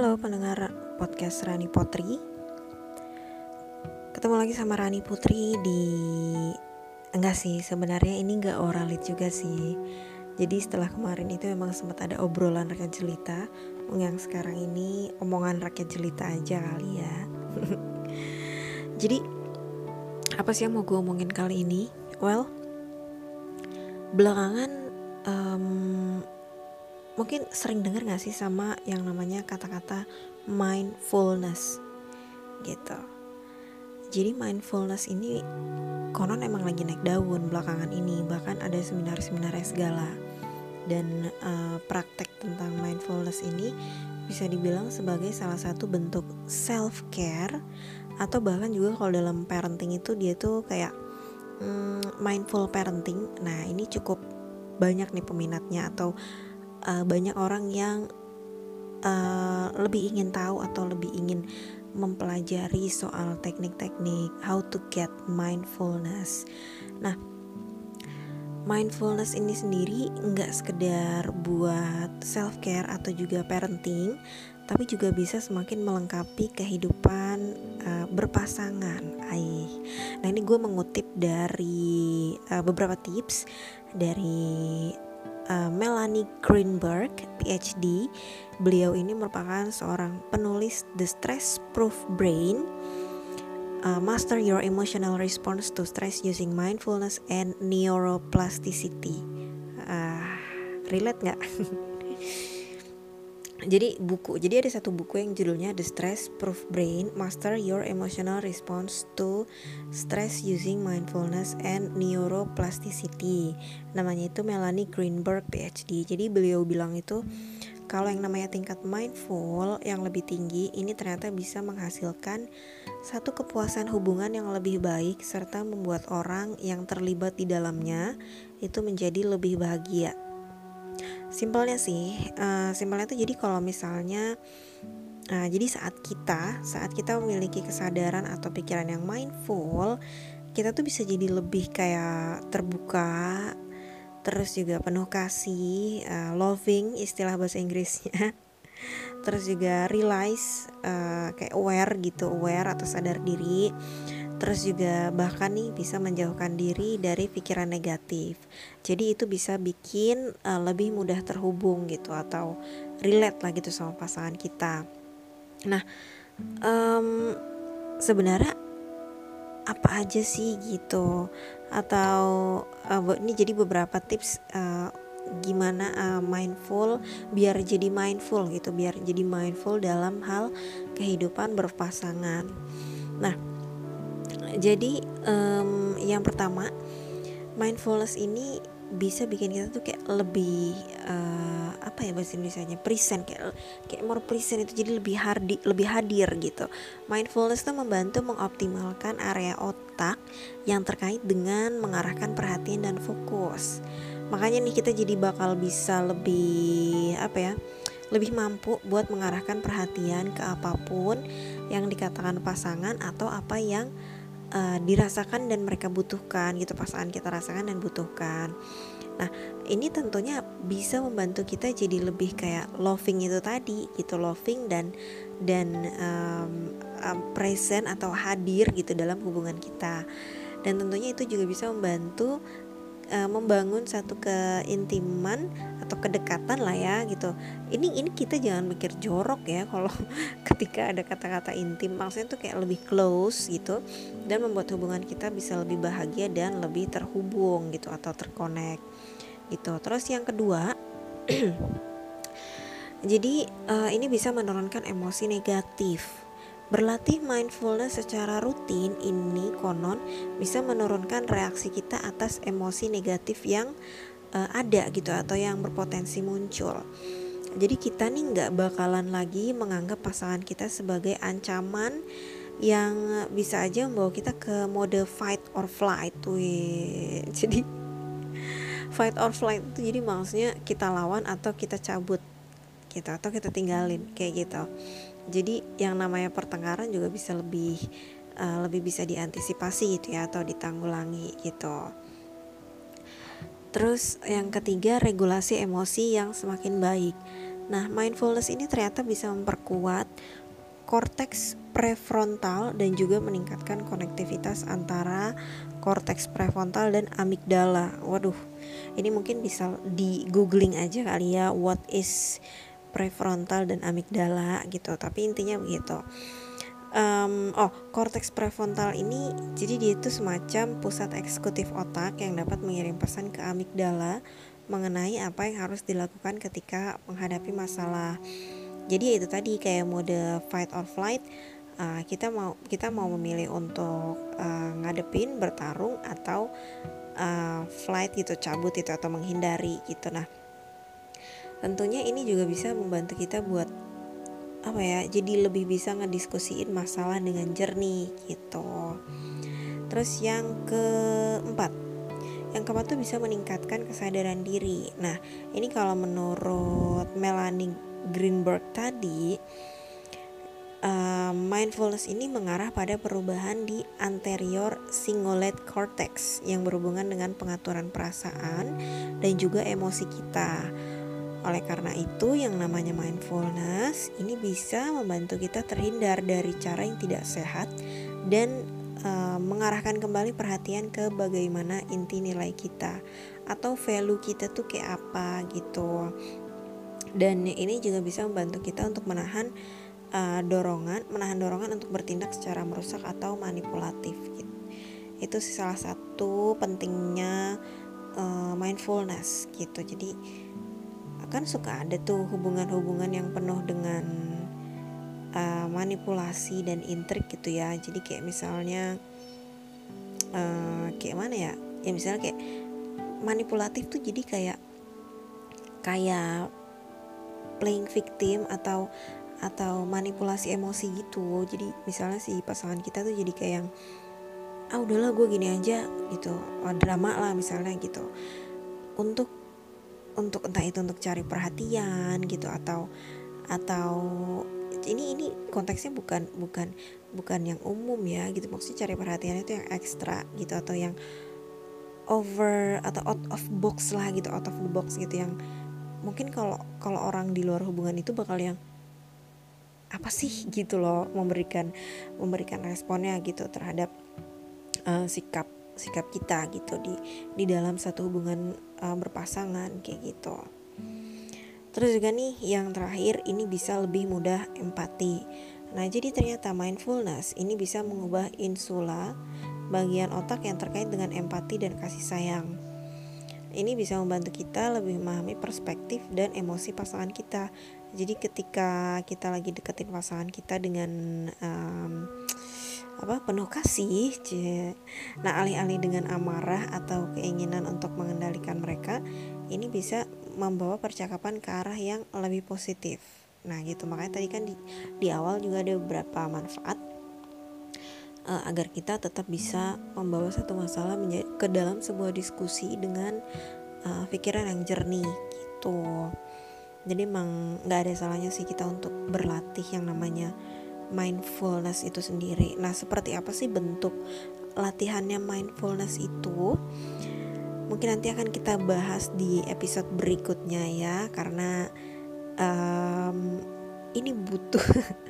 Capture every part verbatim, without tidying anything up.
Halo pendengar podcast Rani Putri. Ketemu lagi sama Rani Putri di Enggak sih, sebenarnya ini enggak oralit juga sih. Jadi setelah kemarin itu memang sempat ada obrolan rakyat jelita. Yang sekarang ini omongan rakyat jelita aja kali ya. Jadi apa sih yang mau gue omongin kali ini? Well, belakangan um, mungkin sering dengar gak sih sama yang namanya kata-kata mindfulness gitu. Jadi mindfulness ini konon emang lagi naik daun belakangan ini. Bahkan ada seminar-seminarnya segala. Dan uh, praktek tentang mindfulness ini bisa dibilang sebagai salah satu bentuk self-care. Atau bahkan juga kalau dalam parenting itu dia tuh kayak hmm, mindful parenting. Nah ini cukup banyak nih peminatnya atau Uh, banyak orang yang uh, lebih ingin tahu atau lebih ingin mempelajari soal teknik-teknik how to get mindfulness. Nah, mindfulness ini sendiri nggak sekedar buat self care atau juga parenting, tapi juga bisa semakin melengkapi kehidupan uh, berpasangan. Aih. Nah ini gue mengutip dari uh, beberapa tips dari Uh, Melanie Greenberg, P H D. Beliau ini merupakan seorang penulis The Stress Proof Brain, uh, Master Your Emotional Response to Stress Using Mindfulness and Neuroplasticity. uh, Relate gak? Jadi buku, jadi ada satu buku yang judulnya The Stress Proof Brain, Master Your Emotional Response to Stress Using Mindfulness and Neuroplasticity. Namanya itu Melanie Greenberg P H D. Jadi beliau bilang itu kalau yang namanya tingkat mindful yang lebih tinggi ini ternyata bisa menghasilkan satu kepuasan hubungan yang lebih baik serta membuat orang yang terlibat di dalamnya itu menjadi lebih bahagia. Simpelnya sih, uh, simpelnya tuh jadi kalau misalnya, uh, jadi saat kita, saat kita memiliki kesadaran atau pikiran yang mindful, kita tuh bisa jadi lebih kayak terbuka, terus juga penuh kasih, uh, loving istilah bahasa Inggrisnya, terus juga realize, uh, kayak aware gitu, aware atau sadar diri. Terus juga bahkan nih bisa menjauhkan diri dari pikiran negatif. Jadi itu bisa bikin uh, lebih mudah terhubung gitu atau relate lah gitu sama pasangan kita. Nah um, sebenarnya apa aja sih gitu? Atau uh, ini jadi beberapa tips uh, gimana uh, mindful biar jadi mindful gitu, biar jadi mindful dalam hal kehidupan berpasangan. Nah jadi um, yang pertama, mindfulness ini bisa bikin kita tuh kayak lebih uh, apa ya bahasa Indonesianya, present, kayak kayak more present itu, jadi lebih hadir, lebih hadir gitu. Mindfulness tuh membantu mengoptimalkan area otak yang terkait dengan mengarahkan perhatian dan fokus. Makanya nih kita jadi bakal bisa lebih apa ya? lebih mampu buat mengarahkan perhatian ke apapun yang dikatakan pasangan atau apa yang Uh, dirasakan dan mereka butuhkan gitu, pasangan kita rasakan dan butuhkan. Nah ini tentunya bisa membantu kita jadi lebih kayak loving itu tadi gitu, loving dan dan um, um, present atau hadir gitu dalam hubungan kita. Dan tentunya itu juga bisa membantu uh, membangun satu keintiman atau kedekatan lah ya gitu. Ini ini kita jangan mikir jorok ya kalau ketika ada kata-kata intim, maksudnya tuh kayak lebih close gitu dan membuat hubungan kita bisa lebih bahagia dan lebih terhubung gitu atau terkonek gitu. Terus yang kedua jadi uh, ini bisa menurunkan emosi negatif. Berlatih mindfulness secara rutin ini konon bisa menurunkan reaksi kita atas emosi negatif yang uh, ada gitu atau yang berpotensi muncul. Jadi kita nih nggak bakalan lagi menganggap pasangan kita sebagai ancaman yang bisa aja membawa kita ke mode fight or flight. Wih. Jadi fight or flight itu jadi maksudnya kita lawan atau kita cabut gitu, atau kita tinggalin kayak gitu. Jadi yang namanya pertengkaran juga bisa lebih uh, lebih bisa diantisipasi gitu ya, atau ditanggulangi gitu. Terus yang ketiga, regulasi emosi yang semakin baik. Nah, mindfulness ini ternyata bisa memperkuat korteks prefrontal dan juga meningkatkan konektivitas antara korteks prefrontal dan amigdala. Waduh, ini mungkin bisa di googling aja kali ya, what is prefrontal dan amigdala gitu. Tapi intinya begitu. Um, oh, korteks prefrontal ini jadi dia itu semacam pusat eksekutif otak yang dapat mengirim pesan ke amigdala mengenai apa yang harus dilakukan ketika menghadapi masalah. Jadi itu tadi kayak mode fight or flight, uh, kita mau kita mau memilih untuk uh, ngadepin, bertarung atau uh, flight gitu, cabut itu atau menghindari gitu. Nah, tentunya ini juga bisa membantu kita buat apa ya, jadi lebih bisa ngediskusiin masalah dengan jernih gitu. Terus yang keempat, yang keempat tuh bisa meningkatkan kesadaran diri. Nah, ini kalau menurut Melanie Greenberg tadi, uh, mindfulness ini mengarah pada perubahan di anterior cingulate cortex yang berhubungan dengan pengaturan perasaan dan juga emosi kita. Oleh karena itu, yang namanya mindfulness ini bisa membantu kita terhindar dari cara yang tidak sehat dan uh, mengarahkan kembali perhatian ke bagaimana inti nilai kita atau value kita tuh kayak apa gitu. Dan ini juga bisa membantu kita untuk menahan uh, dorongan, menahan dorongan untuk bertindak secara merusak atau manipulatif gitu. Itu sih salah satu pentingnya uh, mindfulness gitu. Jadi kan suka ada tuh hubungan-hubungan yang penuh dengan uh, manipulasi dan intrik gitu ya. Jadi kayak misalnya uh, kayak mana ya? Ya misalnya kayak manipulatif tuh jadi kayak kayak playing victim atau atau manipulasi emosi gitu. Jadi misalnya si pasangan kita tuh jadi kayak yang ah udahlah gue gini aja gitu, oh, drama lah misalnya gitu. Untuk untuk entah itu untuk cari perhatian gitu atau atau ini ini konteksnya bukan bukan bukan yang umum ya gitu, maksudnya cari perhatian itu yang ekstra gitu atau yang over atau out of box lah gitu, out of the box gitu, yang mungkin kalau kalau orang di luar hubungan itu bakal yang apa sih gitu loh, memberikan memberikan responnya gitu terhadap uh, sikap sikap kita gitu di di dalam satu hubungan uh, berpasangan kayak gitu. Terus juga nih yang terakhir, ini bisa lebih mudah empati. Nah, jadi ternyata mindfulness ini bisa mengubah insula, bagian otak yang terkait dengan empati dan kasih sayang. Ini bisa membantu kita lebih memahami perspektif dan emosi pasangan kita. Jadi ketika kita lagi deketin pasangan kita dengan um, apa penuh kasih, cie. Nah alih-alih dengan amarah atau keinginan untuk mengendalikan mereka, ini bisa membawa percakapan ke arah yang lebih positif. Nah gitu, makanya tadi kan di, di awal juga ada beberapa manfaat uh, agar kita tetap bisa membawa satu masalah menjadi, ke dalam sebuah diskusi dengan uh, pikiran yang jernih gitu. Jadi emang nggak ada salahnya sih kita untuk berlatih yang namanya mindfulness itu sendiri. Nah, seperti apa sih bentuk latihannya mindfulness itu? Mungkin nanti akan kita bahas di episode berikutnya ya, karena um, ini butuh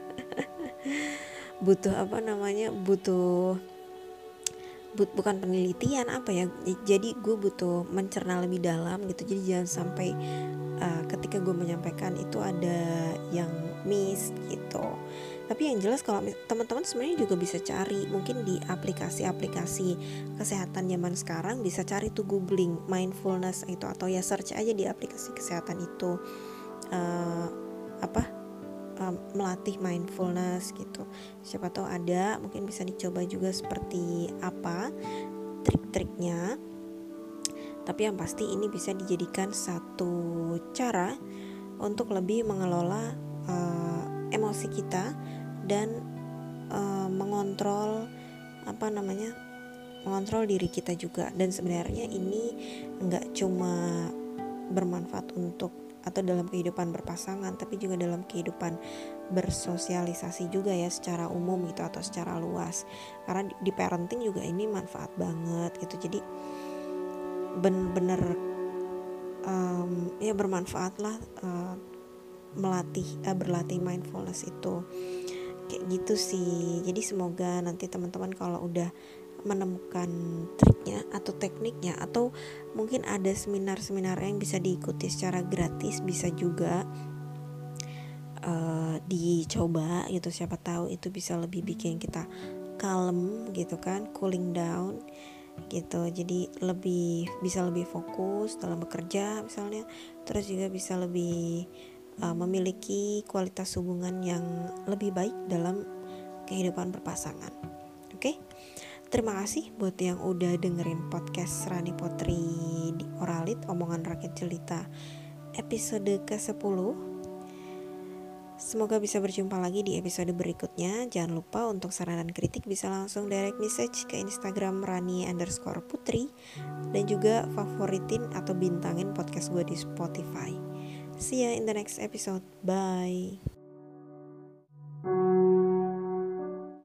butuh apa namanya butuh but, bukan penelitian apa ya. Jadi gue butuh mencerna lebih dalam gitu. Jadi jangan sampai uh, ketika gue menyampaikan itu ada yang miss gitu. Tapi yang jelas kalau teman-teman sebenarnya juga bisa cari mungkin di aplikasi-aplikasi kesehatan zaman sekarang, bisa cari tuh googling mindfulness itu atau ya search aja di aplikasi kesehatan itu uh, apa uh, melatih mindfulness gitu. Siapa tahu ada, mungkin bisa dicoba juga seperti apa trik-triknya. Tapi yang pasti ini bisa dijadikan satu cara untuk lebih mengelola uh, emosi kita dan uh, mengontrol apa namanya mengontrol diri kita juga. Dan sebenarnya ini nggak cuma bermanfaat untuk atau dalam kehidupan berpasangan, tapi juga dalam kehidupan bersosialisasi juga ya secara umum gitu atau secara luas. Karena di, di parenting juga ini manfaat banget gitu. Jadi bener-bener um, ya bermanfaat lah uh, melatih uh, berlatih mindfulness itu. Kayak gitu sih. Jadi semoga nanti teman-teman kalau udah menemukan triknya atau tekniknya, atau mungkin ada seminar-seminar yang bisa diikuti secara gratis, bisa juga uh, dicoba gitu. Siapa tahu itu bisa lebih bikin kita kalem gitu kan, cooling down gitu. Jadi lebih bisa lebih fokus dalam bekerja misalnya, terus juga bisa lebih uh, memiliki kualitas hubungan yang lebih baik dalam kehidupan berpasangan. Oke, okay? Terima kasih buat yang udah dengerin podcast Rani Potri di Oralit, omongan rakyat jelita episode kesepuluh. Semoga bisa berjumpa lagi di episode berikutnya. Jangan lupa untuk saran dan kritik bisa langsung direct message ke Instagram Rani underscore Putri, dan juga favoritin atau bintangin podcast gue di Spotify. See ya in the next episode. Bye.